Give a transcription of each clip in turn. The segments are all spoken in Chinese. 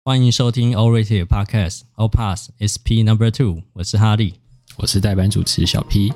欢迎收听 All Rated Podcast All Pass SP No.2， 我是哈利， 我是代班主持小 P。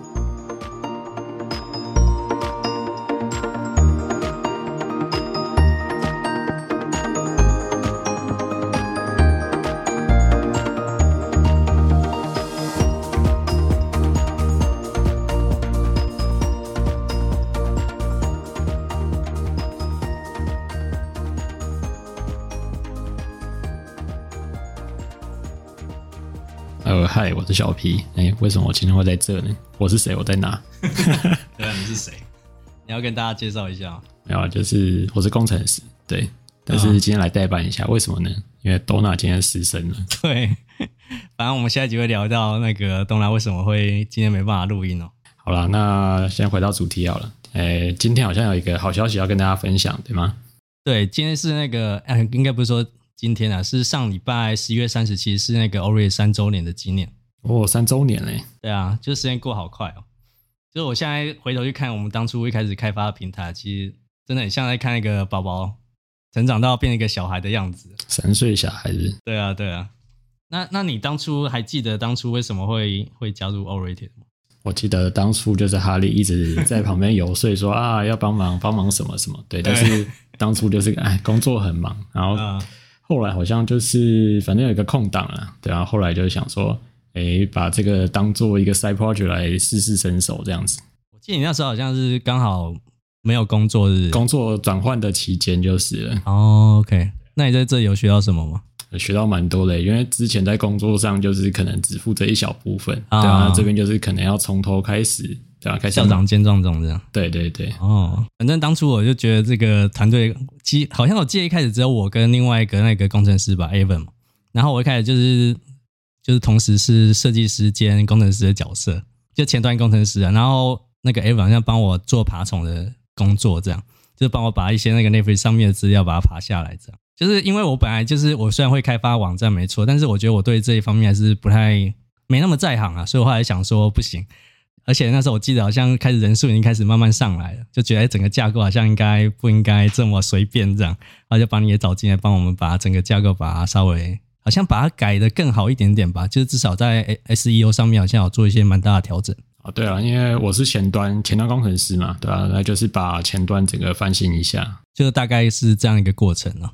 嗨，我是小 P。为什么我今天会在这呢？我是谁？我在哪？ 对啊，你是谁？你要跟大家介绍一下吗？ 没有，就是我是工程师，对。但是今天来代班一下，为什么呢？因为 Donna 今天失声了。 对，反正我们下一集会聊到那个 Donna 为什么会今天没办法录音哦。 好啦，那先回到主题好了。今天好像有一个好消息要跟大家分享，对吗？ 对，今天是那个，应该不是说今天啊，是上礼拜11月37日是那个 Ori 3周年的纪念。 哦，3周年嘞。 对啊，就时间过好快哦。就是我现在回头去看我们当初一开始开发的平台，其实真的很像在看一个宝宝成长到变成一个小孩的样子。 3岁小孩子。 对啊，对啊。那你当初还记得当初为什么会加入 Orated 吗？ 我记得当初就是哈利一直在旁边游说说啊要帮忙什么什么，对。但是当初就是工作很忙，然后后来好像就是反正有一个空档了，对啊。后来就想说，把这个当做一个 side project 来试试身手这样子。 我记得你那时候好像是刚好没有工作日， 工作转换的期间就是了。 哦 ，OK。那你在这里有学到什么吗？ 学到蛮多的，因为之前在工作上就是可能只负责一小部分，对啊，这边就是可能要从头开始，对啊，开始校长兼撞钟这样。 对对对。 哦，反正当初我就觉得这个团队，好像我记得一开始只有我跟另外一个那个工程师吧 ，Evan 嘛，然后我一开始就是同时是设计师兼工程师的角色，就前端工程师啊，然后那个 Evan 好像帮我做爬虫的工作，这样就是帮我把一些那个 Netflix 上面的资料把它爬下来，这样。就是因为我本来就是我虽然会开发网站没错，但是我觉得我对这一方面还是没那么在行啊，所以我后来想说不行。而且那时候我记得好像开始人数已经开始慢慢上来了，就觉得整个架构好像不应该这么随便这样，然后就把你也找进来帮我们把整个架构把它稍微好像把它改得更好一点点吧，就是至少在 SEO 上面好像有做一些蛮大的调整。 对啊，因为我是前端工程师嘛，对啊，那就是把前端整个翻新一下， 就大概是这样一个过程啊。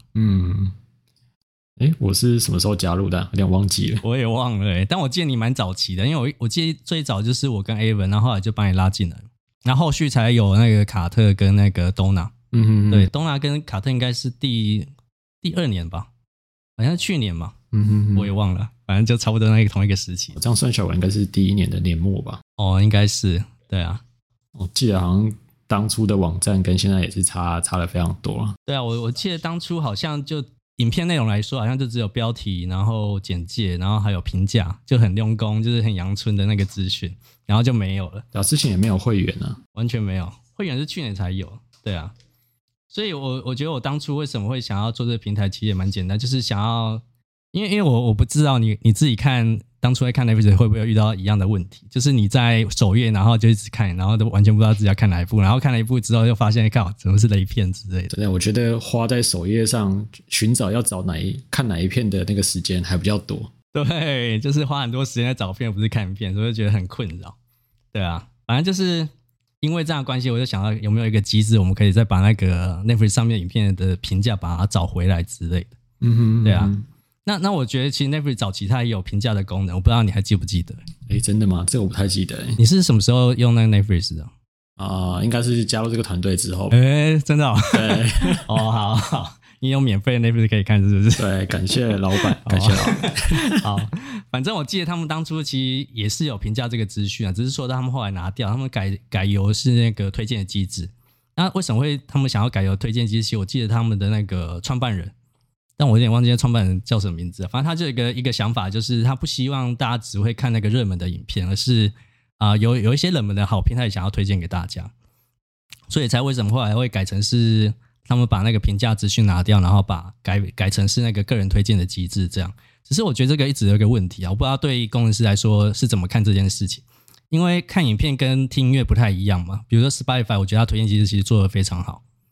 我是什么时候加入的？有点忘记了。我也忘了但我记得你蛮早期的，因为我记得最早就是我跟 Avon， 然后后来就把你拉进来，然后后续才有那个卡特跟那个 Donna。对，Donna 跟卡特应该是第2年吧，好像是去年嘛。我也忘了，反正就差不多同一个时期。 我这样算起来，我应该是第1年的年末吧。 哦，应该是，对啊。 我记得好像当初的网站跟现在也是差了非常多了。 对啊，我记得当初好像就影片内容来说，好像就只有标题，然后简介，然后还有评价，就很用功，就是很阳春的那个资讯，然后就没有了。 对啊，之前也没有会员啊， 完全没有，会员是去年才有。对啊，所以我觉得我当初为什么会想要做这个平台，其实也蛮简单，就是想要，因为我不知道你自己看。当初在看 Netflix 会不会有遇到一样的问题，就是你在首页然后就一直看，然后都完全不知道自己要看哪一部，然后看了一部之后又发现靠怎么是雷片之类的。 真的，我觉得花在首页上寻找要找看哪一片的那个时间还比较多。 对，就是花很多时间在找片不是看片，所以就觉得很困扰。对啊，反正就是因为这样的关系，我就想到有没有一个机制我们可以再把那个 Netflix 上面影片的评价把它找回来之类的。对啊。那我觉得其实 Netflix 早期它也有评价的功能，我不知道你还记不记得？ 真的吗？这个我不太记得。 你是什么时候用那个 Netflix 的？ 应该是加入这个团队之后。 真的哦。 对。 好，你有免费的 Netflix 可以看是不是？ 对，感谢老板，感谢老板。 好，反正我记得他们当初其实也是有评价这个资讯啊，只是说他们后来拿掉，他们改由是那个推荐的机制。那为什么会他们想要改由推荐机制？我记得他们的那个创办人。但我有点忘记创办人叫什么名字，反正他就有一个想法，就是他不希望大家只会看那个热门的影片，而是有一些冷门的好片他也想要推荐给大家，所以才为什么后来会改成是他们把那个评价资讯拿掉，然后把改成是那个个人推荐的机制这样。只是我觉得这个一直有一个问题啊，我不知道对工程师来说是怎么看这件事情，因为看影片跟听音乐不太一样嘛。比如说 Spotify 我觉得他推荐机制其实做得非常好，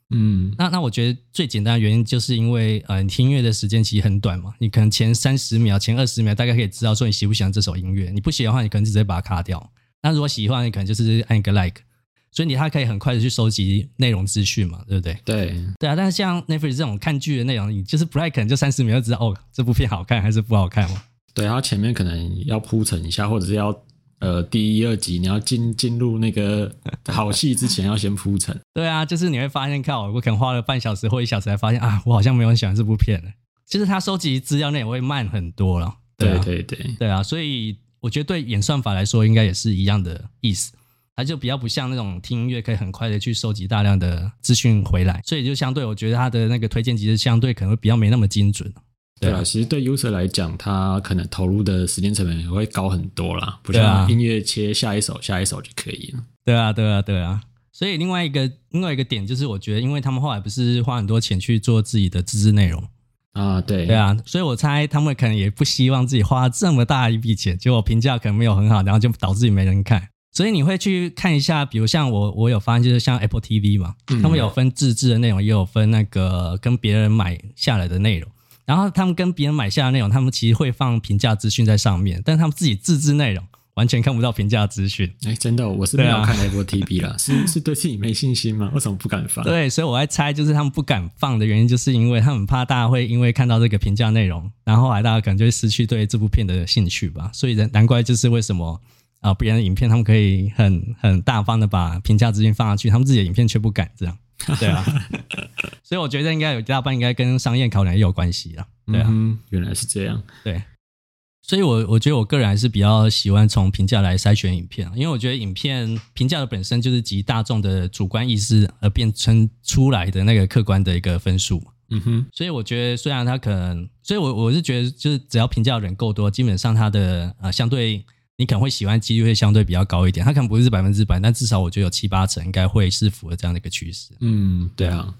那我觉得最简单的原因就是因为你听音乐的时间其实很短嘛，你可能前30秒前20秒大概可以知道说你喜不喜欢这首音乐，你不喜欢的话你可能直接把它卡掉，那如果喜欢你可能就是按一个 like， 所以它可以很快的去收集内容资讯嘛，对不对？ 对啊，但是像 Netflix 这种看剧的内容，你就是不太可能就30秒就知道哦这部片好看还是不好看嘛。 对，它前面可能要铺陈一下，或者是要第1、2集你要进入那个好戏之前要先铺陈。 对啊，就是你会发现靠我可能花了半小时或1小时才发现啊，我好像没有很喜欢这部片了。就是它收集资料内容会慢很多了。对啊，所以我觉得对演算法来说应该也是一样的意思，它就比较不像那种听音乐可以很快的去收集大量的资讯回来，所以就相对我觉得它的那个推荐机制相对可能会比较没那么精准。 对啊，其实对 user 来讲，他可能投入的时间成本也会高很多啦，不像音乐切下一首就可以了。 对啊。所以另外一个点就是，我觉得因为他们后来不是花很多钱去做自己的自制内容啊，对啊，所以我猜他们可能也不希望自己花这么大一笔钱，结果评价可能没有很好，然后就导致没人看。所以你会去看一下，比如像我有发现，就是像 Apple TV 嘛，他们有分自制的内容，也有分那个跟别人买下来的内容。然后他们跟别人买下的内容，他们其实会放评价资讯在上面，但他们自己自制内容完全看不到评价资讯。 真的，我是没有看 Apple TV 啦，是对自己没信心吗？为什么不敢放？ 对，所以我在猜，就是他们不敢放的原因，就是因为他们怕大家会因为看到这个评价内容，然后后来大家可能就会失去对这部片的兴趣吧。所以难怪就是为什么别人的影片他们可以很大方的把评价资讯放上去，他们自己的影片却不敢这样。对啊，所以我觉得应该有一大半应该跟商业考量也有关系啦。对啊， 原来是这样。 对，所以我觉得我个人还是比较喜欢从评价来筛选影片，因为我觉得影片评价的本身就是集大众的主观意识而变成出来的那个客观的一个分数嘛。所以我觉得虽然它可能，所以我是觉得就是只要评价的人够多，基本上它的相对你可能会喜欢几率会相对比较高一点，它可能不是100%，但至少我觉得有7-8成应该会是符合这样的一个趋势。 对啊。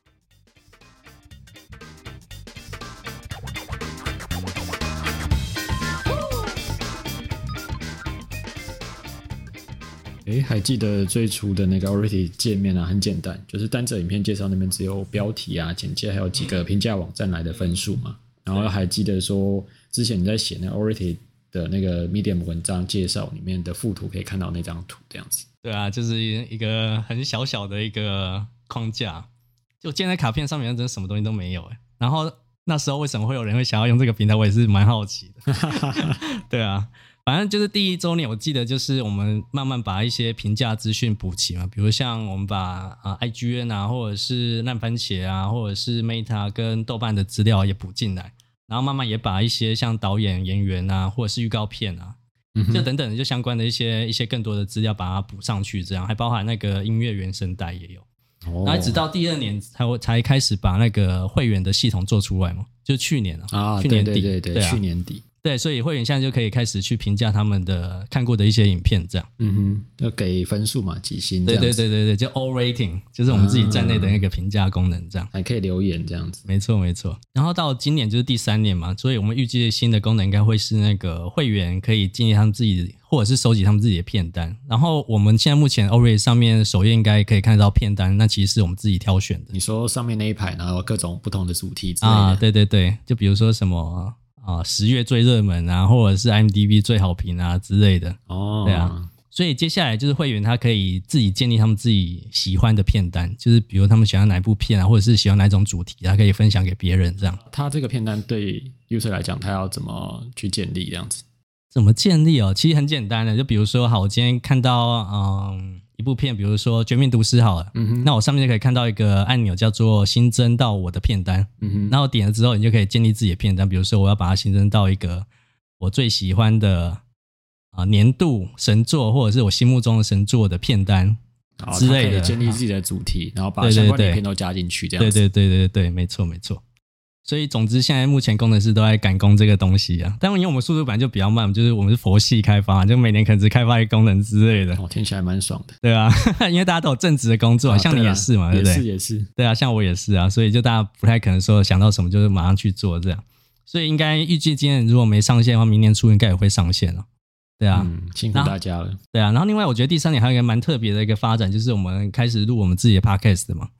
还记得最初的那个 Aurity 界面啊，很简单，就是单则影片介绍那边只有标题啊、简介，还有几个评价网站来的分数嘛。然后还记得说，之前你在写那 Aurity 的那个 Medium 文章介绍里面的附图，可以看到那张图这样子。 对啊，就是一个很小小的一个框架，就建在卡片上面，真的什么东西都没有。然后那时候为什么会有人会想要用这个平台，我也是蛮好奇的。对啊。反正就是第1周年，我记得就是我们慢慢把一些评价资讯补齐嘛，比如像我们把IGN 啊，或者是烂番茄啊，或者是 Meta 跟豆瓣的资料也补进来，然后慢慢也把一些像导演、演员啊，或者是预告片啊，就等等就相关的一些更多的资料把它补上去，这样还包含那个音乐原声带也有。然后直到第2年才开始把那个会员的系统做出来嘛，就去年去年底， 对，去年底。 对，所以会员现在就可以开始去评价他们的看过的一些影片，这样。 要给分数嘛，几星这样子。 对，就 all rating， 就是我们自己站内的那个评价功能，这样。 还可以留言这样子。 没错。然后到今年就是第3年嘛，所以我们预计新的功能应该会是那个会员可以建立他们自己，或者是收集他们自己的片单。然后我们现在目前 Aurity 上面首页应该可以看得到片单，那其实是我们自己挑选的。 你说上面那一排，然后各种不同的主题之类的。对，就比如说什么。10月最热门啊，或者是 IMDb 最好评啊之类的。对啊，所以接下来就是会员他可以自己建立他们自己喜欢的片单，就是比如他们喜欢哪一部片啊，或者是喜欢哪一种主题，他可以分享给别人这样。 他这个片单对 user 来讲，他要怎么去建立这样子？ 怎么建立哦？其实很简单的，就比如说好，我今天看到一部片，比如说《绝命毒师》好了，那我上面就可以看到一个按钮叫做新增到我的片单，然后点了之后，你就可以建立自己的片单。比如说我要把它新增到一个我最喜欢的年度神作，或者是我心目中的神作的片单之类的， 可以建立自己的主题，然后把相关的影片都加进去，这样子。 对，没错。所以总之现在目前工程师都在赶工这个东西啊，但因为我们速度本来就比较慢，就是我们是佛系开发，就每年可能只开发一个功能之类的。 听起来蛮爽的。 对啊，因为大家都有正职的工作，像你也是嘛，对不对？ 也是。 对啊，像我也是啊，所以就大家不太可能说想到什么就是马上去做这样，所以应该预计今年如果没上线的话，明年初应该也会上线了。对啊， 辛苦大家了。 对啊，然后另外我觉得第3年还有一个蛮特别的一个发展，就是我们开始录我们自己的 podcast 嘛。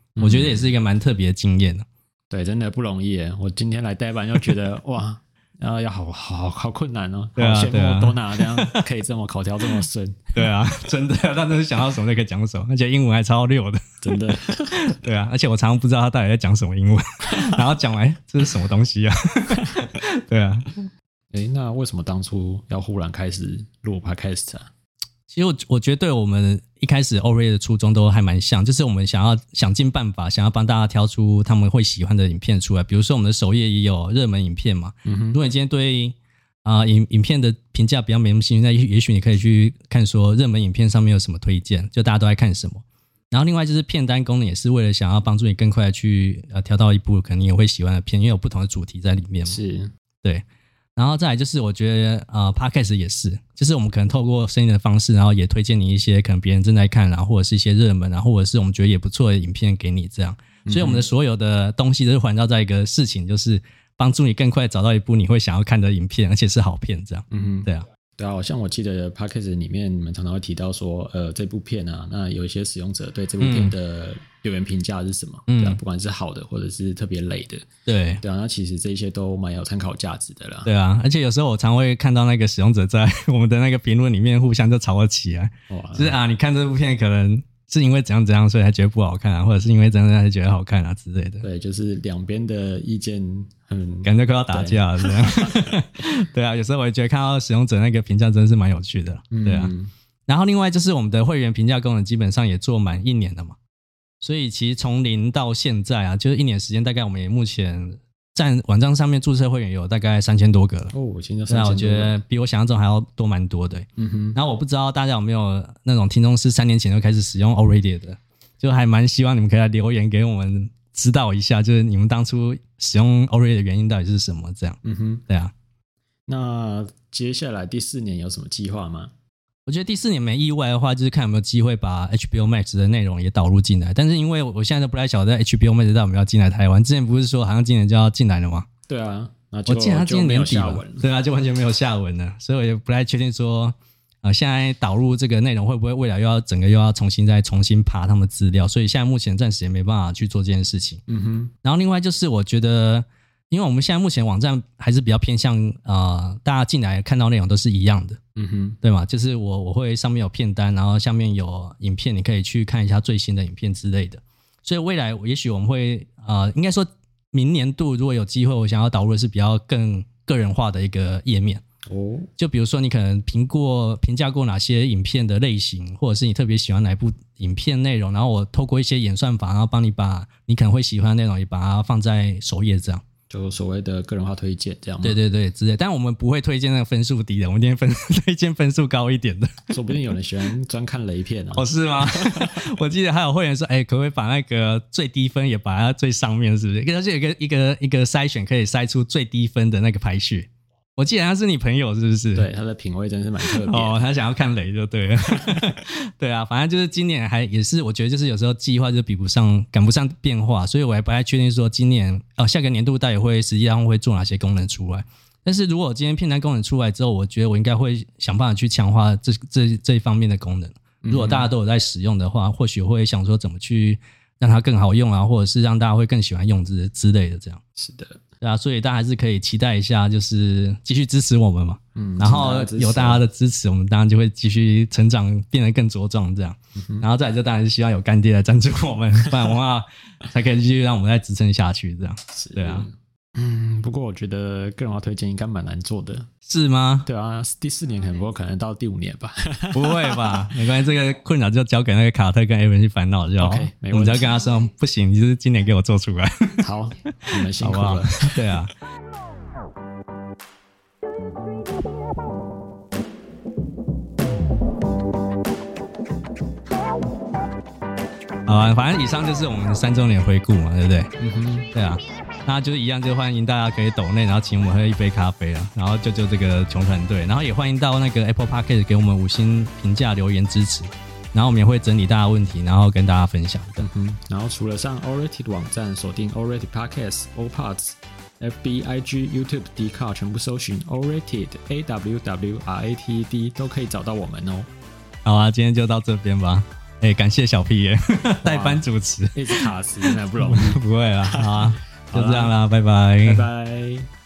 我觉得也是一个蛮特别的经验的。 对，真的不容易耶。我今天来代班就觉得哇，要好困难哦，好羡慕多拿这样可以这么口条这么顺。 对啊，真的，他真的想到什么就可以讲什么，而且英文还超溜的， 真的。 对啊，而且我常常不知道他到底在讲什么英文，然后讲来这是什么东西啊？对啊。 那为什么当初要忽然开始录 podcast 啊？ 其实我觉得对我们一开始 Already 的初衷都还蛮像，就是我们想尽办法想要帮大家挑出他们会喜欢的影片出来。比如说我们的首页也有热门影片嘛，如果你今天对影片的评价比较没那么兴趣，那也许你可以去看说热门影片上面有什么推荐，就大家都在看什么。然后另外就是片单功能也是为了想要帮助你更快的去挑到一部可能你也会喜欢的片，因为有不同的主题在里面嘛。 是， 对。然后再来就是我觉得Podcast 也是，就是我们可能透过声音的方式，然后也推荐你一些可能别人正在看，然后或者是一些热门，然后或者是我们觉得也不错的影片给你这样。所以我们的所有的东西都是环绕在一个事情，就是帮助你更快找到一部你会想要看的影片，而且是好片这样。对啊。 对啊，像我记得 Podcast 里面你们常常会提到说这部片啊，那有一些使用者对这部片的留言评价是什么，对啊，不管是好的或者是特别雷的，对啊，那其实这些都蛮有参考价值的啦。 对啊，而且有时候我常会看到那个使用者在我们的那个评论里面互相就吵了起来，就是你看这部片可能是因为怎样怎样所以才觉得不好看啊，或者是因为怎样怎样才觉得好看啊之类的。 对，就是两边的意见感觉快要打架了这样。对啊，有时候我也觉得看到使用者那个评价真的是蛮有趣的。对啊。然后另外就是我们的会员评价功能基本上也做满1年了嘛，所以其实从0到现在啊，就是1年时间，大概我们也目前在网站上面注册会员有大概3000多个了。 现在3000多个， 我觉得比我想象中还要多蛮多的。然后我不知道大家有没有那种听众是3年前就开始使用 Already 的，就还蛮希望你们可以来留言给我们知道一下，就是你们当初使用 Already 的原因到底是什么这样。对啊。 那接下来第4年有什么计划吗？ 我觉得第4年没意外的话，就是看有没有机会把 HBO Max 的内容也导入进来。但是因为我现在都不太晓得 HBO Max 到底有没有进来台湾，之前不是说好像今年就要进来了吗？ 对啊，我记得他今年年底了，对啊，就完全没有下文了，所以我也不太确定说现在导入这个内容会不会未来整个又要重新爬他们资料，所以现在目前暂时也没办法去做这件事情。然后另外就是我觉得因为我们现在目前网站还是比较偏向大家进来看到内容都是一样的，对吗？就是我会上面有片单，然后下面有影片，你可以去看一下最新的影片之类的。所以未来也许我们会应该说明年度如果有机会，我想要导入的是比较更个人化的一个页面。就比如说你可能评价过哪些影片的类型，或者是你特别喜欢哪一部影片内容，然后我透过一些演算法，然后帮你把你可能会喜欢的内容也把它放在首页这样。 就所谓的个人化推荐这样吗？ 对对对，之类。但我们不会推荐那个分数低的，我们一定推荐分数高一点的。 说不定有人喜欢专看雷片啊。 是吗？我记得还有会员说，可不可以把那个最低分也把它最上面，是不是？而且有一个筛选可以筛出最低分的那个排序。我记得他是你朋友是不是？ 对，他的品味真是蛮特别的。 他想要看雷就对了。对啊，反正就是今年也是我觉得就是有时候计划就赶不上变化，所以我还不太确定说今年下个年度到底会实际上会做哪些功能出来。但是如果今天片单功能出来之后，我觉得我应该会想办法去强化这一方面的功能。如果大家都有在使用的话，或许会想说怎么去让它更好用啊，或者是让大家会更喜欢用之类的这样。 是的。对啊，所以大家还是可以期待一下，就是继续支持我们嘛。然后有大家的支持，我们当然就会继续成长，变得更茁壮这样。然后再来就当然是希望有干爹来赞助我们，不然的话才可以继续让我们再支撑下去这样。对啊。 不过我觉得个人化推荐应该蛮难做的。 是吗？ 对啊，第4年可能到第5年吧。 不会吧？没关系，这个困扰就交给那个卡特跟 Evan 去烦恼就好。 OK， 没问题。 我们只要跟他说不行，你就是今年给我做出来。 好，你们辛苦了。好不好？ 对啊。好啊，反正以上就是我们3周年回顾嘛，对不对？对啊。那就是一样，就欢迎大家可以抖内，然后请我们喝一杯咖啡了，然后救这个穷团队，然后也欢迎到那个 Apple Podcast 给我们5星评价留言支持，然后我们也会整理大家问题，然后跟大家分享的。 然后除了上 Already 的网站锁定 Already Podcast、All Parts、FB、IG、YouTube、Dcard 全部搜寻 Already AWWRATED 都可以找到我们哦。 好啊，今天就到这边吧。 感谢小 P 耶，代班主持， 一直卡词真的不容易。 不会啦，好啊，就这样啦，拜拜， 拜拜。